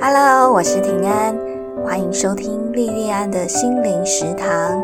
Hello， 我是庭安，欢迎收听莉莉安的心灵食堂。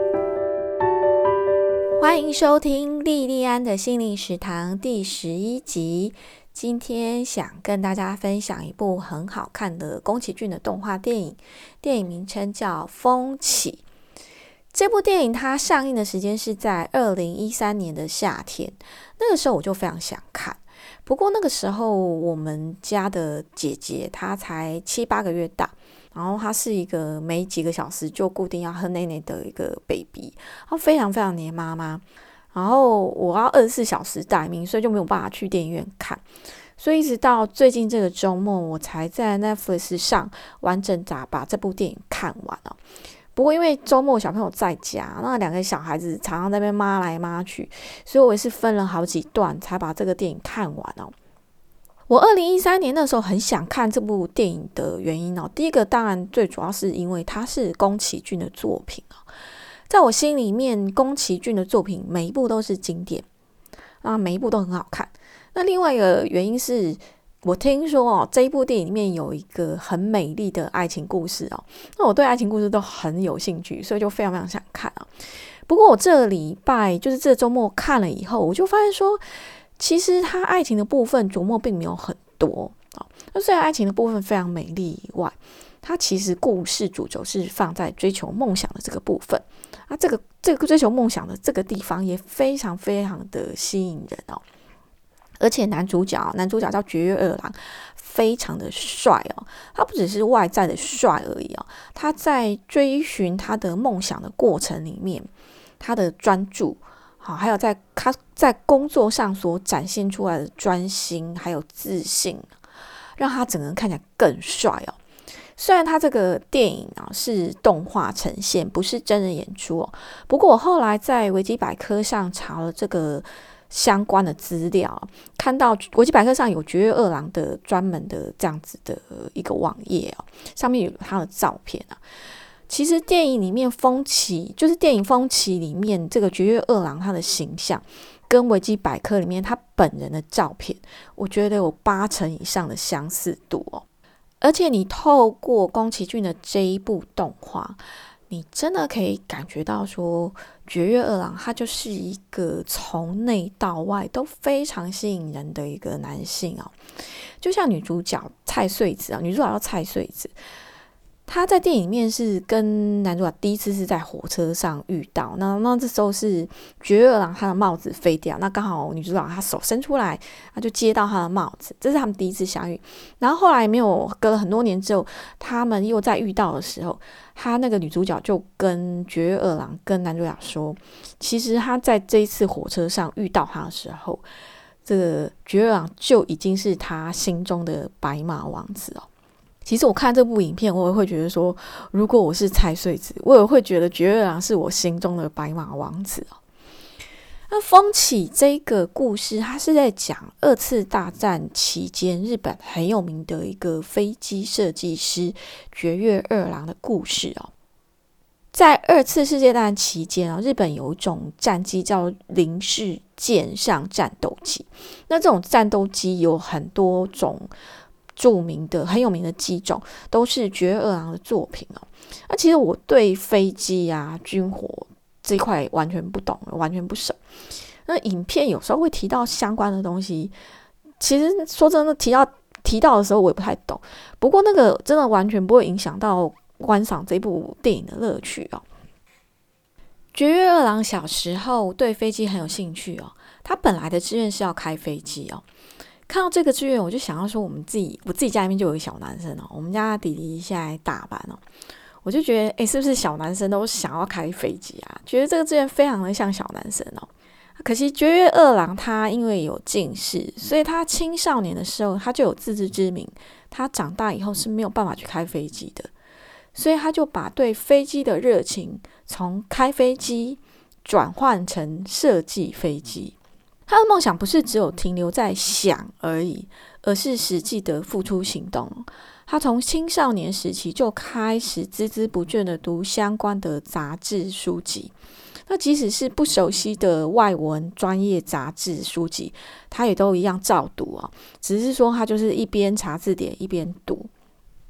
欢迎收听莉莉安的心灵食堂第11集。今天想跟大家分享一部很好看的宫崎骏的动画电影，电影名称叫《风起》。这部电影它上映的时间是在2013年的夏天，那个时候我就非常想看。不过那个时候我们家的姐姐她才7-8个月大，然后她是一个每几个小时就固定要喝奶奶的一个 baby， 她非常非常黏妈妈，然后我要24小时待命，所以就没有办法去电影院看。所以一直到最近这个周末，我才在 Netflix 上完整把这部电影看完了。不过因为周末小朋友在家，那2个小孩子常常在那边骂来骂去，所以我也是分了好几段才把这个电影看完哦。我2013年那时候很想看这部电影的原因哦，第一个当然最主要是因为它是宫崎骏的作品哦，在我心里面宫崎骏的作品每一部都是经典啊，每一部都很好看。那另外一个原因是我听说这一部电影里面有一个很美丽的爱情故事哦，那我对爱情故事都很有兴趣，所以就非常非常想看啊。不过我这礼拜就是这周末看了以后，我就发现说，其实它爱情的部分琢磨并没有很多哦。那虽然爱情的部分非常美丽以外，它其实故事主轴是放在追求梦想的这个部分啊，这个追求梦想的这个地方也非常非常的吸引人哦。而且男主角叫绝月二郎，非常的帅哦。他不只是外在的帅而已哦，他在追寻他的梦想的过程里面，他的专注，还有他在工作上所展现出来的专心还有自信，让他整个人看起来更帅哦。虽然他这个电影是动画呈现，不是真人演出哦，不过我后来在维基百科上查了这个相关的资料，看到维基百科上有绝月二郎的专门的这样子的一个网页哦，上面有他的照片啊。其实电影里面电影风起里面这个绝月二郎他的形象，跟维基百科里面他本人的照片，我觉得有80%以上的相似度哦。而且你透过宫崎骏的这一部动画，你真的可以感觉到说，绝月二郎他就是一个从内到外都非常吸引人的一个男性哦。就像女主角蔡穗子女主角叫蔡穗子，他在电影里面是跟男主角第一次是在火车上遇到，那这时候是绝月二郎他的帽子飞掉，那刚好女主角她手伸出来，他就接到他的帽子，这是他们第一次相遇。然后后来没有隔了很多年之后，他们又再遇到的时候，他那个女主角就跟绝月二郎跟男主角说，其实他在这一次火车上遇到他的时候，这个绝月二郎就已经是他心中的白马王子哦。其实我看这部影片，我也会觉得说，如果我是蔡穗子，我也会觉得绝月二郎是我心中的白马王子哦。那风起这个故事，它是在讲2次大战期间日本很有名的一个飞机设计师绝月二郎的故事哦。在2次世界大战期间日本有一种战机叫零式舰上战斗机，那这种战斗机有很多种著名的很有名的机种，都是绝月二郎的作品哦。那其实我对飞机军火这一块完全不懂，完全不熟。那影片有时候会提到相关的东西，其实说真的提到的时候我也不太懂，不过那个真的完全不会影响到观赏这部电影的乐趣哦。绝月二郎小时候对飞机很有兴趣哦，他本来的志愿是要开飞机哦。看到这个志愿，我就想要说，我自己家里面就有一个小男生哦，我们家弟弟现在大班哦，我就觉得，是不是小男生都想要开飞机啊？觉得这个志愿非常的像小男生哦。可惜绝月二郎他因为有近视，所以他青少年的时候他就有自知之明，他长大以后是没有办法去开飞机的，所以他就把对飞机的热情从开飞机转换成设计飞机。他的梦想不是只有停留在想而已，而是实际的付出行动。他从青少年时期就开始孜孜不倦的读相关的杂志书籍，那即使是不熟悉的外文专业杂志书籍，他也都一样照读只是说他就是一边查字典一边读。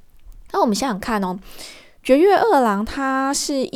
那我们想想看哦，绝月二郎他是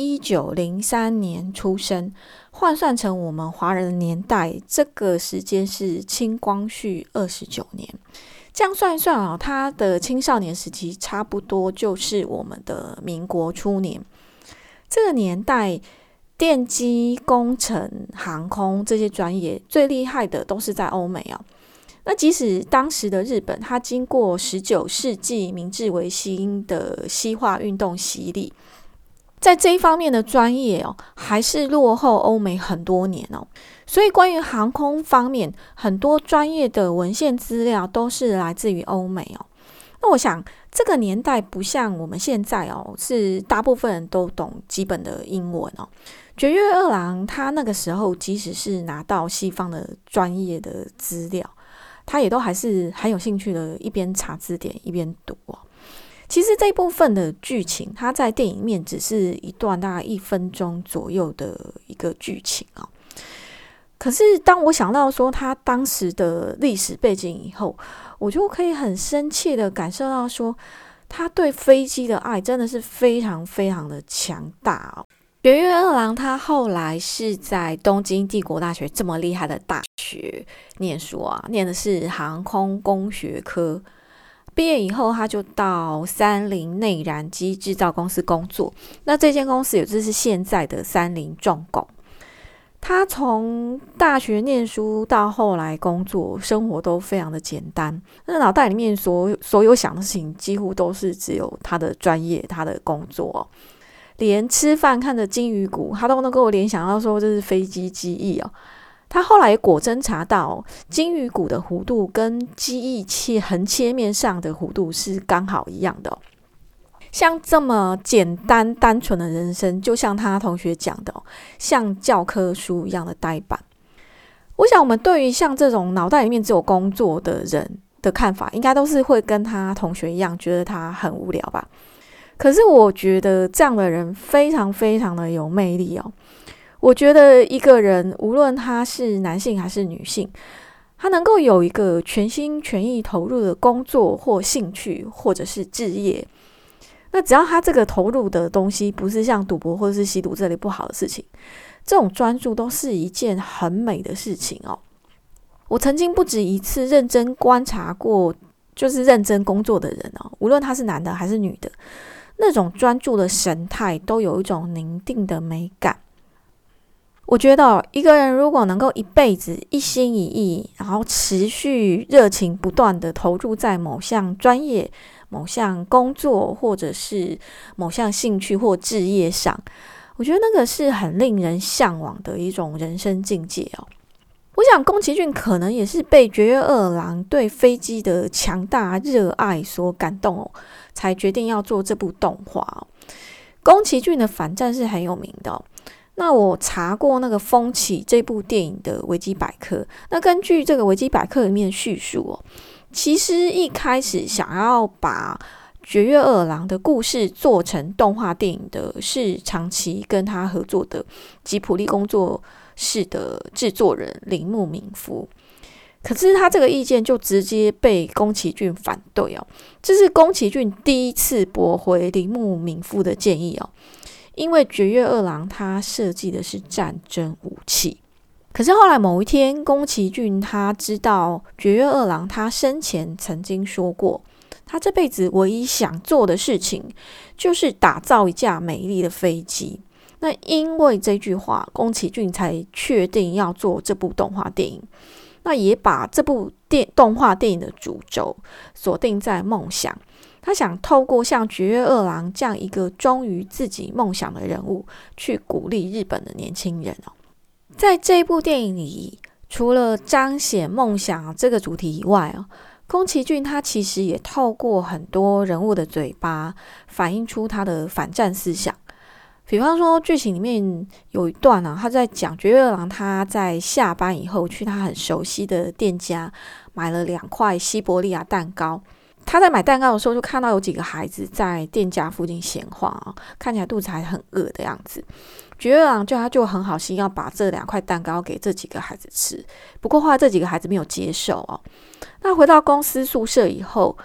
1903年出生，换算成我们华人的年代，这个时间是清光绪29年。这样算一算啊，他的青少年时期差不多就是我们的民国初年。这个年代，电机、工程、航空这些专业最厉害的都是在欧美啊。那即使当时的日本，它经过19世纪明治维新的西化运动洗礼，在这一方面的专业还是落后欧美很多年哦。所以关于航空方面，很多专业的文献资料都是来自于欧美哦。那我想这个年代不像我们现在是大部分人都懂基本的英文哦。绝月二郎他那个时候即使是拿到西方的专业的资料，他也都还是很有兴趣的，一边查字典一边读哦。其实这一部分的剧情，它在电影里面只是一段大概1分钟左右的一个剧情哦。可是当我想到说他当时的历史背景以后，我就可以很深切的感受到说，他对飞机的爱真的是非常非常的强大哦。绝月二郎他后来是在东京帝国大学这么厉害的大学念书啊，念的是航空工学科。毕业以后，他就到三菱内燃机制造公司工作。那这间公司也就是现在的三菱重工。他从大学念书到后来工作，生活都非常的简单。那脑袋里面所有想的事情，几乎都是只有他的专业、他的工作连吃饭看着金鱼骨，他都能够联想到说这是飞机机翼哦。他后来果真查到，金鱼骨的弧度跟机翼横切面上的弧度是刚好一样的像这么简单单纯的人生，就像他同学讲的像教科书一样的呆板。我想我们对于像这种脑袋里面只有工作的人的看法，应该都是会跟他同学一样，觉得他很无聊吧。可是我觉得这样的人非常非常的有魅力哦。我觉得一个人无论他是男性还是女性，他能够有一个全心全意投入的工作或兴趣或者是志业，那只要他这个投入的东西不是像赌博或者是吸毒这类不好的事情，这种专注都是一件很美的事情哦。我曾经不止一次认真观察过，就是认真工作的人无论他是男的还是女的，那种专注的神态都有一种宁静的美感。我觉得一个人如果能够一辈子一心一意，然后持续热情不断的投入在某项专业、某项工作或者是某项兴趣或志业上，我觉得那个是很令人向往的一种人生境界哦。我想宫崎骏可能也是被绝月二郎对飞机的强大热爱所感动才决定要做这部动画宫崎骏的反战是很有名的那我查过那个《风起》这部电影的维基百科，那根据这个维基百科里面的叙述其实一开始想要把绝月二郎的故事做成动画电影的是长期跟他合作的吉卜力工作室的制作人铃木敏夫，可是他这个意见就直接被宫崎骏反对这是宫崎骏第一次驳回铃木敏夫的建议因为绝月二郎他设计的是战争武器。可是后来某一天，宫崎骏他知道绝月二郎他生前曾经说过，他这辈子唯一想做的事情就是打造一架美丽的飞机。那因为这句话，宫崎骏才确定要做这部动画电影，那也把这部动画电影的主轴锁定在梦想。他想透过像绝月二郎这样一个忠于自己梦想的人物，去鼓励日本的年轻人在这一部电影里，除了彰显梦想这个主题以外宫崎骏他其实也透过很多人物的嘴巴，反映出他的反战思想。比方说剧情里面有一段他在讲绝月二郎他在下班以后去他很熟悉的店家买了2块西伯利亚蛋糕。他在买蛋糕的时候就看到有几个孩子在店家附近闲晃看起来肚子还很饿的样子。绝月二郎他就很好心要把这2块蛋糕给这几个孩子吃，不过后来这几个孩子没有接受那回到公司宿舍以后，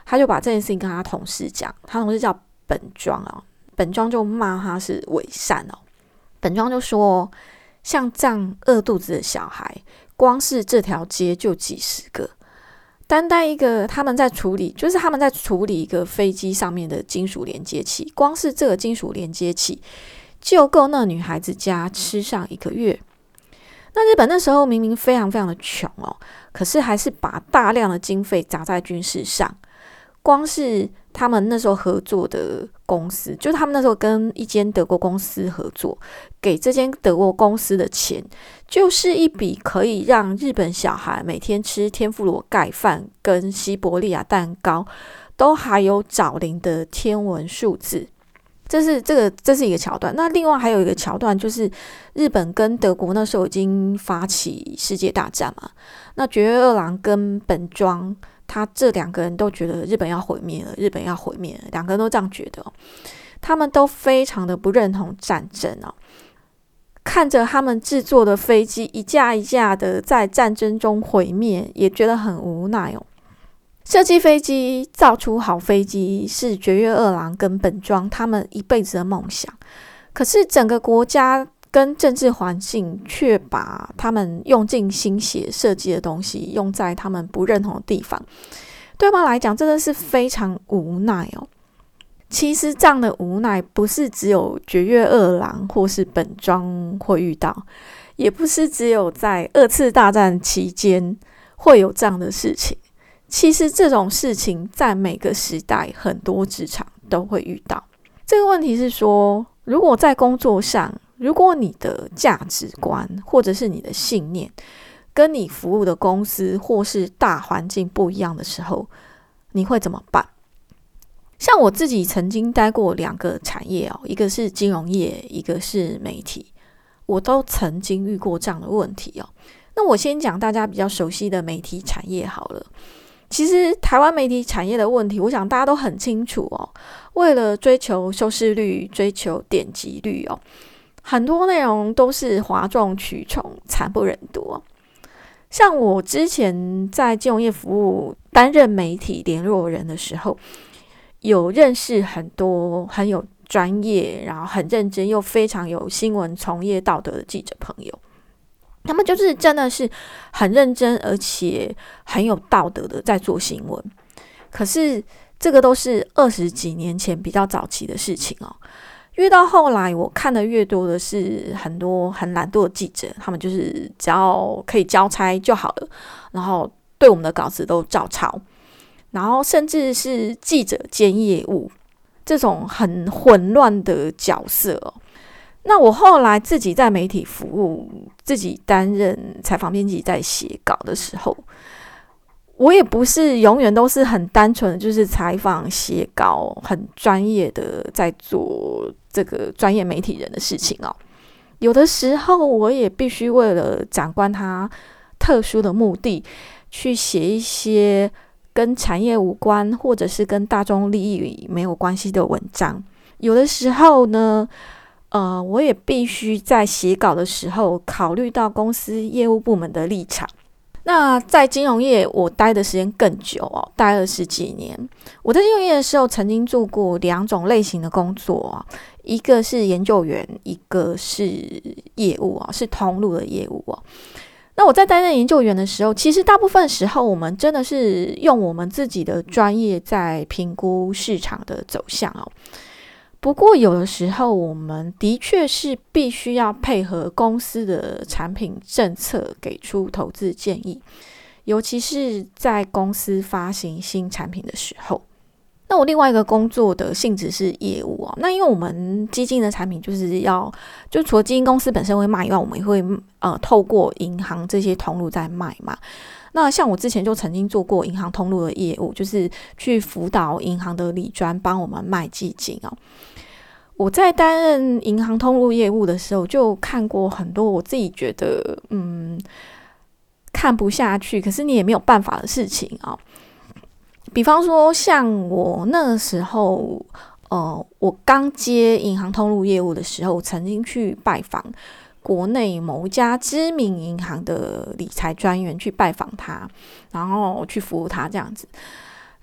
他就把这件事情跟他同事讲，他同事叫本庄啊，本庄就骂他是伪善哦。本庄就说，像这样饿肚子的小孩，光是这条街就几十个，单单一个他们在处理一个飞机上面的金属连接器，光是这个金属连接器就够那女孩子家吃上1个月。那日本那时候明明非常非常的穷哦，可是还是把大量的经费砸在军事上。光是他们那时候合作的公司，就是他们那时候跟一间德国公司合作，给这间德国公司的钱，就是一笔可以让日本小孩每天吃天妇罗盖饭跟西伯利亚蛋糕都还有找零的天文数字。这是一个桥段。那另外还有一个桥段，就是日本跟德国那时候已经发起世界大战嘛，那绝月二郎跟本庄他这2个人都觉得日本要毁灭了，2个人都这样觉得哦。他们都非常的不认同战争哦，看着他们制作的飞机一架一架的在战争中毁灭，也觉得很无奈哦。设计飞机、造出好飞机是绝月二郎跟本庄他们一辈子的梦想，可是整个国家跟政治环境却把他们用尽心血设计的东西用在他们不认同的地方，对他们来讲真的是非常无奈哦。其实这样的无奈不是只有绝月二郎或是本庄会遇到，也不是只有在2次大战期间会有这样的事情。其实这种事情在每个时代很多职场都会遇到。这个问题是说，如果在工作上，如果你的价值观或者是你的信念跟你服务的公司或是大环境不一样的时候，你会怎么办？像我自己曾经待过2个产业哦，一个是金融业，一个是媒体，我都曾经遇过这样的问题哦。那我先讲大家比较熟悉的媒体产业好了。其实台湾媒体产业的问题，我想大家都很清楚哦。为了追求收视率、追求点击率哦，很多内容都是哗众取宠、惨不忍睹哦。像我之前在金融业服务担任媒体联络人的时候，有认识很多很有专业，然后很认真又非常有新闻从业道德的记者朋友。他们就是真的是很认真而且很有道德的在做新闻，可是这个都是20几年前比较早期的事情哦。越到后来我看的越多的是很多很懒惰的记者，他们就是只要可以交差就好了，然后对我们的稿子都照抄，然后甚至是记者兼业务这种很混乱的角色哦。那我后来自己在媒体服务，自己担任采访编辑在写稿的时候，我也不是永远都是很单纯的就是采访写稿很专业的在做这个专业媒体人的事情哦。有的时候我也必须为了长官他特殊的目的去写一些跟产业无关或者是跟大众利益没有关系的文章。有的时候呢我也必须在写稿的时候考虑到公司业务部门的立场。那在金融业我待的时间更久哦，待了10几年。我在金融业的时候曾经做过2种类型的工作一个是研究员，一个是业务是通路的业务那我在担任研究员的时候，其实大部分时候我们真的是用我们自己的专业在评估市场的走向不过有的时候我们的确是必须要配合公司的产品政策给出投资建议，尤其是在公司发行新产品的时候。那我另外一个工作的性质是业务那因为我们基金的产品就除了基金公司本身会卖以外，我们也会透过银行这些通路在卖嘛。那像我之前就曾经做过银行通路的业务，就是去辅导银行的理专帮我们卖基金我在担任银行通路业务的时候，就看过很多我自己觉得看不下去，可是你也没有办法的事情比方说像我那个时候我刚接银行通路业务的时候，曾经去拜访国内某一家知名银行的理财专员，去拜访他，然后去服务他这样子。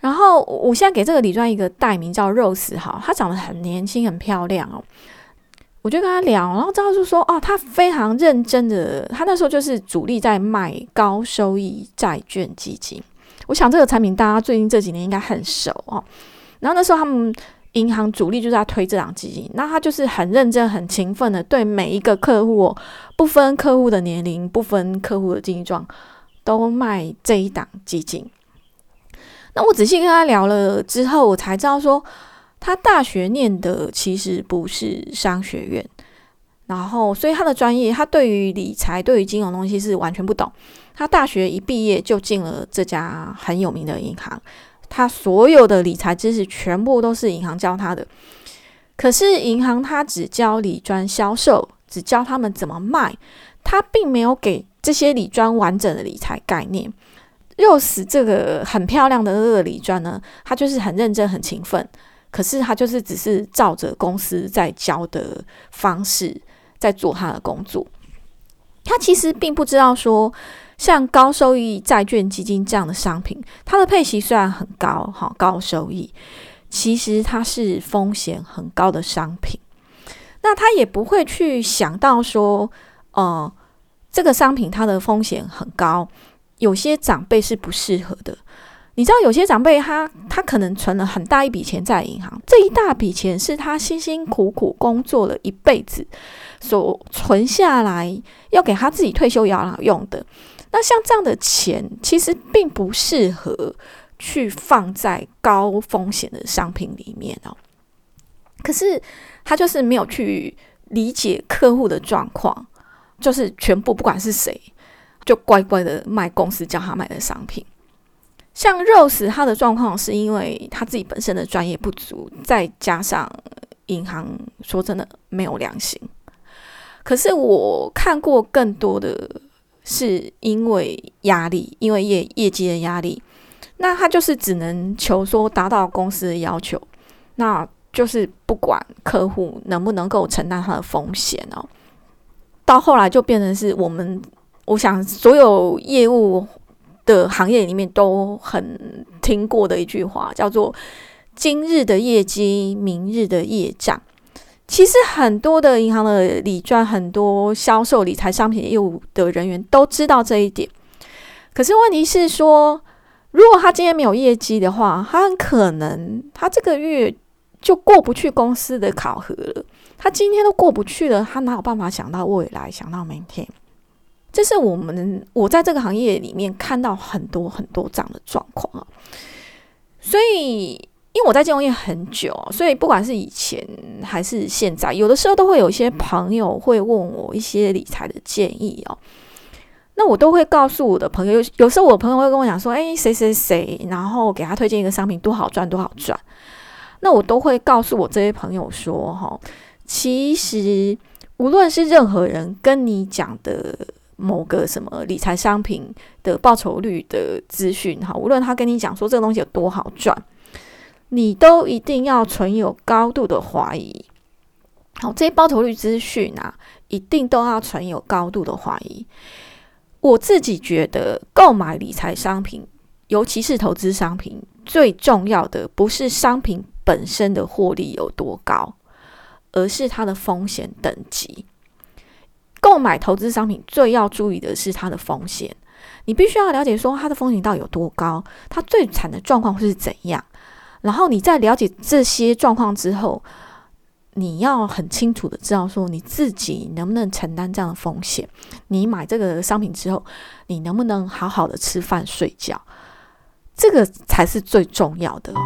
然后我现在给这个理专一个代名叫 Rose 好，她长得很年轻很漂亮哦。我就跟他聊，然后知道就说他非常认真的，他那时候就是主力在卖高收益债券基金。我想这个产品大家最近这几年应该很熟哦。然后那时候他们银行主力就是在推这档基金，那他就是很认真很勤奋的对每一个客户不分客户的年龄，不分客户的经济状，都卖这一档基金。那我仔细跟他聊了之后，我才知道说他大学念的其实不是商学院，然后所以他的专业，他对于理财对于金融东西是完全不懂。他大学一毕业就进了这家很有名的银行，他所有的理财知识全部都是银行教他的。可是银行他只教理专销售，只教他们怎么卖，他并没有给这些理专完整的理财概念。Rose 这个很漂亮的这个理专呢，他就是很认真很勤奋，可是他就是只是照着公司在教的方式在做他的工作。他其实并不知道说像高收益债券基金这样的商品，它的配息虽然很高，高收益，其实它是风险很高的商品。那他也不会去想到说这个商品它的风险很高，有些长辈是不适合的。你知道有些长辈他可能存了很大一笔钱在银行，这一大笔钱是他辛辛苦苦工作了一辈子所存下来，要给他自己退休养老用的。那像这样的钱其实并不适合去放在高风险的商品里面哦。可是他就是没有去理解客户的状况，就是全部不管是谁就乖乖的卖公司叫他卖的商品。像 Rose 他的状况是因为他自己本身的专业不足，再加上银行说真的没有良心。可是我看过更多的是因为压力，因为业绩的压力，那他就是只能求说达到公司的要求，那就是不管客户能不能够承担他的风险哦。到后来就变成是我想所有业务的行业里面都很听过的一句话，叫做今日的业绩，明日的业障。其实很多的银行的理专，很多销售理财商品业务的人员都知道这一点。可是问题是说，如果他今天没有业绩的话，他很可能他这个月就过不去公司的考核了。他今天都过不去了，他哪有办法想到未来，想到明天？这是我在这个行业里面看到很多很多这样的状况啊。所以因为我在金融业很久，所以不管是以前还是现在，有的时候都会有一些朋友会问我一些理财的建议哦。那我都会告诉我的朋友，有时候我的朋友会跟我讲说，谁谁谁，然后给他推荐一个商品多好赚多好赚。那我都会告诉我这些朋友说，其实无论是任何人跟你讲的某个什么理财商品的报酬率的资讯，无论他跟你讲说这个东西有多好赚，你都一定要存有高度的怀疑。好，这些报酬率资讯一定都要存有高度的怀疑。我自己觉得购买理财商品，尤其是投资商品，最重要的不是商品本身的获利有多高，而是它的风险等级。购买投资商品最要注意的是它的风险，你必须要了解说它的风险到底有多高，它最惨的状况会是怎样。然后你在了解这些状况之后，你要很清楚的知道说你自己能不能承担这样的风险。你买这个商品之后，你能不能好好的吃饭睡觉，这个才是最重要的。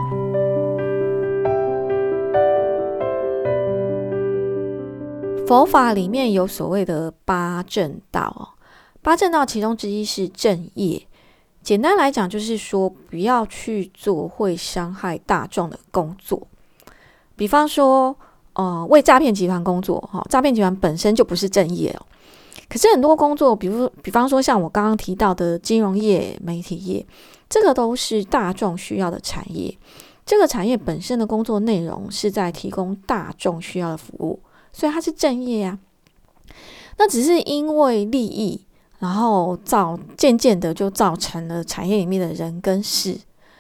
佛法里面有所谓的八正道，八正道其中之一是正业。简单来讲就是说，不要去做会伤害大众的工作。比方说为诈骗集团工作，诈骗集团本身就不是正业哦。可是很多工作，比方说像我刚刚提到的金融业、媒体业，这个都是大众需要的产业。这个产业本身的工作内容是在提供大众需要的服务，所以它是正业啊。那只是因为利益，然后渐渐的就造成了产业里面的人跟事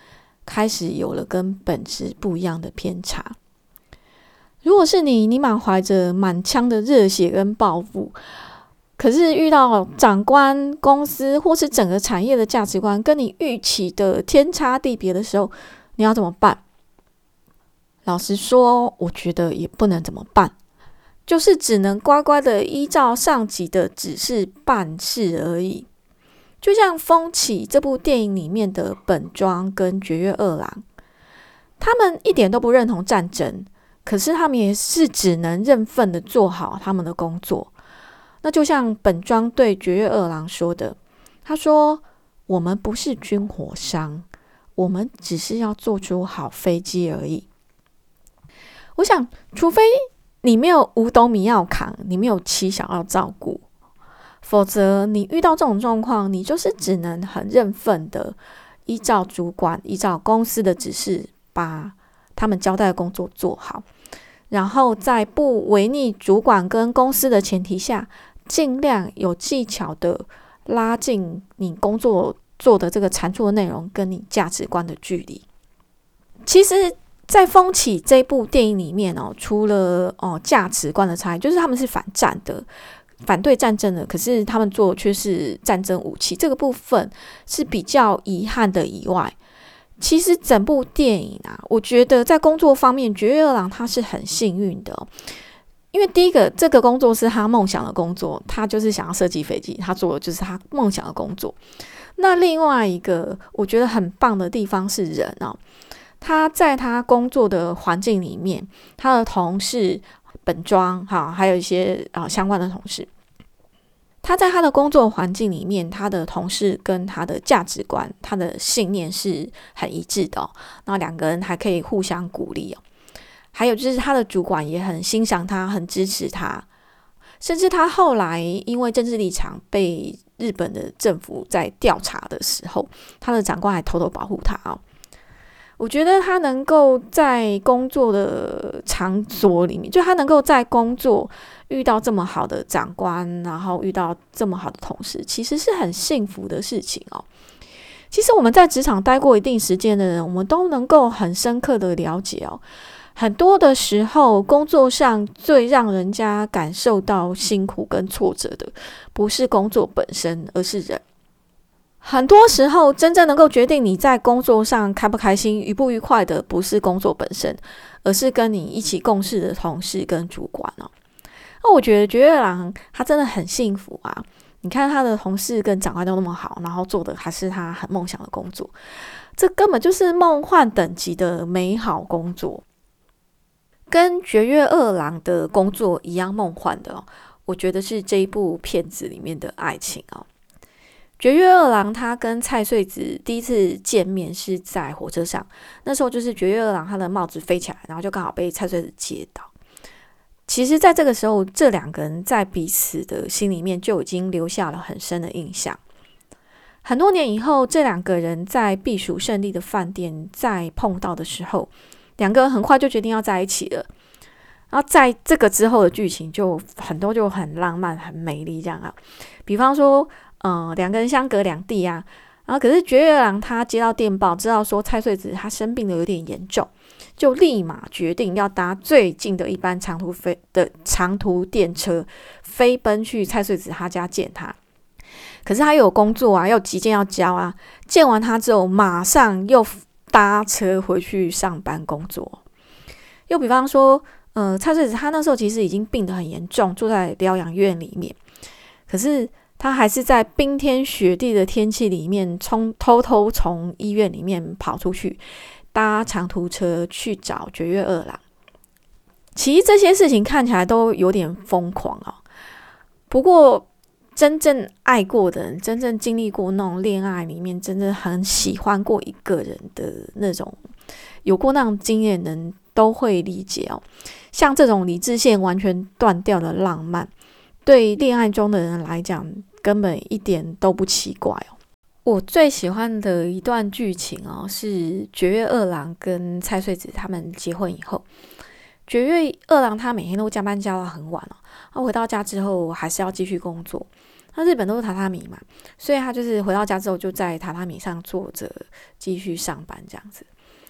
开始有了跟本质不一样的偏差。如果是你满怀着满腔的热血跟抱负，可是遇到长官、公司或是整个产业的价值观跟你预期的天差地别的时候，你要怎么办？老实说，我觉得也不能怎么办，就是只能乖乖的依照上级的指示办事而已。就像《风起》这部电影里面的本庄跟绝月二郎，他们一点都不认同战争，可是他们也是只能认份的做好他们的工作。那就像本庄对绝月二郎说的，他说：“我们不是军火商，我们只是要做出好飞机而已。”我想，除非你没有五斗米要扛，你没有妻小要照顾，否则你遇到这种状况，你就是只能很认份的依照主管、依照公司的指示，把他们交代的工作做好，然后在不违逆主管跟公司的前提下，尽量有技巧的拉近你工作做的这个产出的内容跟你价值观的距离。其实在《风起》这部电影里面除了价值观的差异，就是他们是反战的，反对战争的，可是他们做的却是战争武器，这个部分是比较遗憾的以外，其实整部电影我觉得在工作方面，绝月二郎他是很幸运的因为第一个，这个工作是他梦想的工作，他就是想要设计飞机，他做的就是他梦想的工作。那另外一个我觉得很棒的地方是人他在他工作的环境里面，他的同事本庄还有一些相关的同事，他在他的工作环境里面，他的同事跟他的价值观、他的信念是很一致的然后两个人还可以互相鼓励还有就是他的主管也很欣赏他，很支持他，甚至他后来因为政治立场被日本的政府在调查的时候，他的长官还偷偷保护他我觉得他能够在工作的场所里面，就他能够在工作遇到这么好的长官，然后遇到这么好的同事，其实是很幸福的事情其实我们在职场待过一定时间的人，我们都能够很深刻的了解很多的时候，工作上最让人家感受到辛苦跟挫折的，不是工作本身，而是人。很多时候，真正能够决定你在工作上开不开心、愉不愉快的，不是工作本身，而是跟你一起共事的同事跟主管那我觉得绝月二郎他真的很幸福你看他的同事跟长官都那么好，然后做的还是他很梦想的工作，这根本就是梦幻等级的美好工作。跟绝月二郎的工作一样梦幻的我觉得是这一部片子里面的爱情绝月二郎他跟蔡穗子第一次见面是在火车上，那时候就是绝月二郎他的帽子飞起来，然后就刚好被蔡穗子接到。其实在这个时候，这两个人在彼此的心里面就已经留下了很深的印象。很多年以后，这两个人在避暑胜地的饭店再碰到的时候，两个人很快就决定要在一起了。然后在这个之后的剧情就很多，就很浪漫很美丽这样比方说两个人相隔两地然后可是绝月二郎他接到电报，知道说蔡穗子他生病的有点严重，就立马决定要搭最近的一班长途电车飞奔去蔡穗子他家见他。可是他又有工作又有急件要交见完他之后马上又搭车回去上班工作。又比方说蔡穗子他那时候其实已经病得很严重，住在疗养院里面，可是他还是在冰天雪地的天气里面偷偷从医院里面跑出去，搭长途车去找绝月二郎。其实这些事情看起来都有点疯狂不过真正爱过的人，真正经历过那种恋爱里面，真正很喜欢过一个人的那种，有过那种经验的人都会理解像这种理智线完全断掉的浪漫，对恋爱中的人来讲根本一点都不奇怪我最喜欢的一段剧情是绝月二郎跟蔡穗子他们结婚以后，绝月二郎他每天都加班加到很晚他回到家之后还是要继续工作。那日本都是榻榻米嘛，所以他就是回到家之后就在榻榻米上坐着继续上班这样子。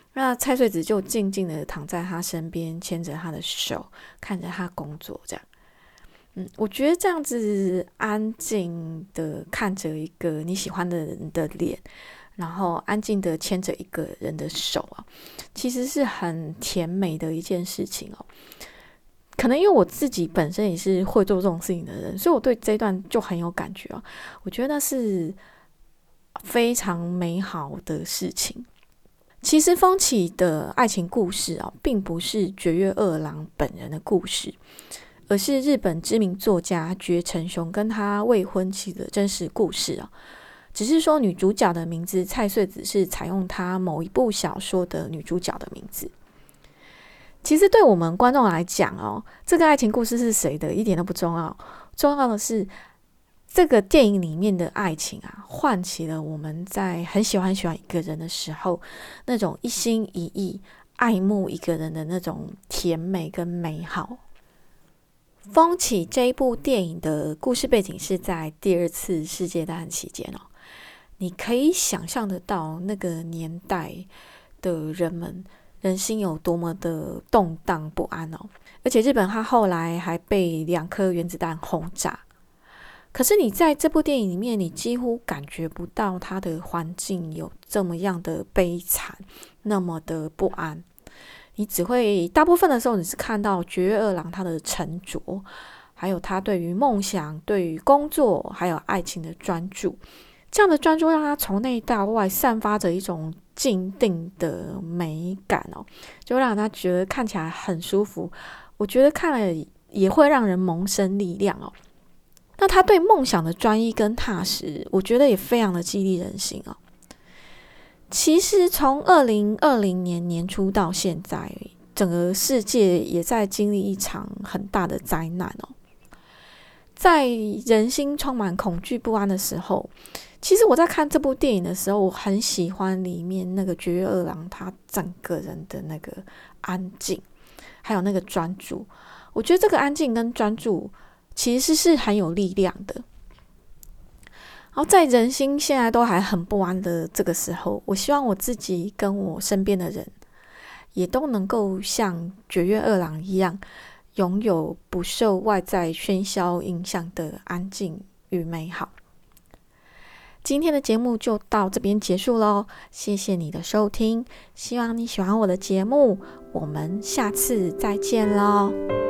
那蔡穗子就静静的躺在他身边，牵着他的手，看着他工作，这样。我觉得这样子安静的看着一个你喜欢的人的脸，然后安静的牵着一个人的手啊，其实是很甜美的一件事情哦。可能因为我自己本身也是会做这种事情的人，所以我对这一段就很有感觉哦。我觉得那是非常美好的事情。其实风起的爱情故事哦，并不是绝月二郎本人的故事，而是日本知名作家绝成雄跟他未婚妻的真实故事哦。只是说女主角的名字蔡穗子是采用她某一部小说的女主角的名字。其实对我们观众来讲哦，这个爱情故事是谁的一点都不重要，重要的是这个电影里面的爱情啊，唤起了我们在很喜欢一个人的时候，那种一心一意爱慕一个人的那种甜美跟美好。风起这一部电影的故事背景是在第二次世界大战期间哦，你可以想象得到那个年代的人心有多么的动荡不安哦。而且日本它后来还被2颗原子弹轰炸，可是你在这部电影里面，你几乎感觉不到它的环境有这么样的悲惨，那么的不安。你只会大部分的时候，你是看到绝月二郎他的沉着，还有他对于梦想、对于工作还有爱情的专注。这样的专注让他从内到外散发着一种静定的美感哦，就让他觉得看起来很舒服。我觉得看了也会让人萌生力量哦。那他对梦想的专一跟踏实，我觉得也非常的激励人心哦。其实从2020年年初到现在，整个世界也在经历一场很大的灾难哦。在人心充满恐惧不安的时候，其实我在看这部电影的时候，我很喜欢里面那个绝月二郎他整个人的那个安静，还有那个专注。我觉得这个安静跟专注其实是很有力量的。然后在人心现在都还很不安的这个时候，我希望我自己跟我身边的人也都能够像绝月二郎一样，拥有不受外在喧嚣影响的安静与美好。今天的节目就到这边结束咯，谢谢你的收听，希望你喜欢我的节目，我们下次再见咯。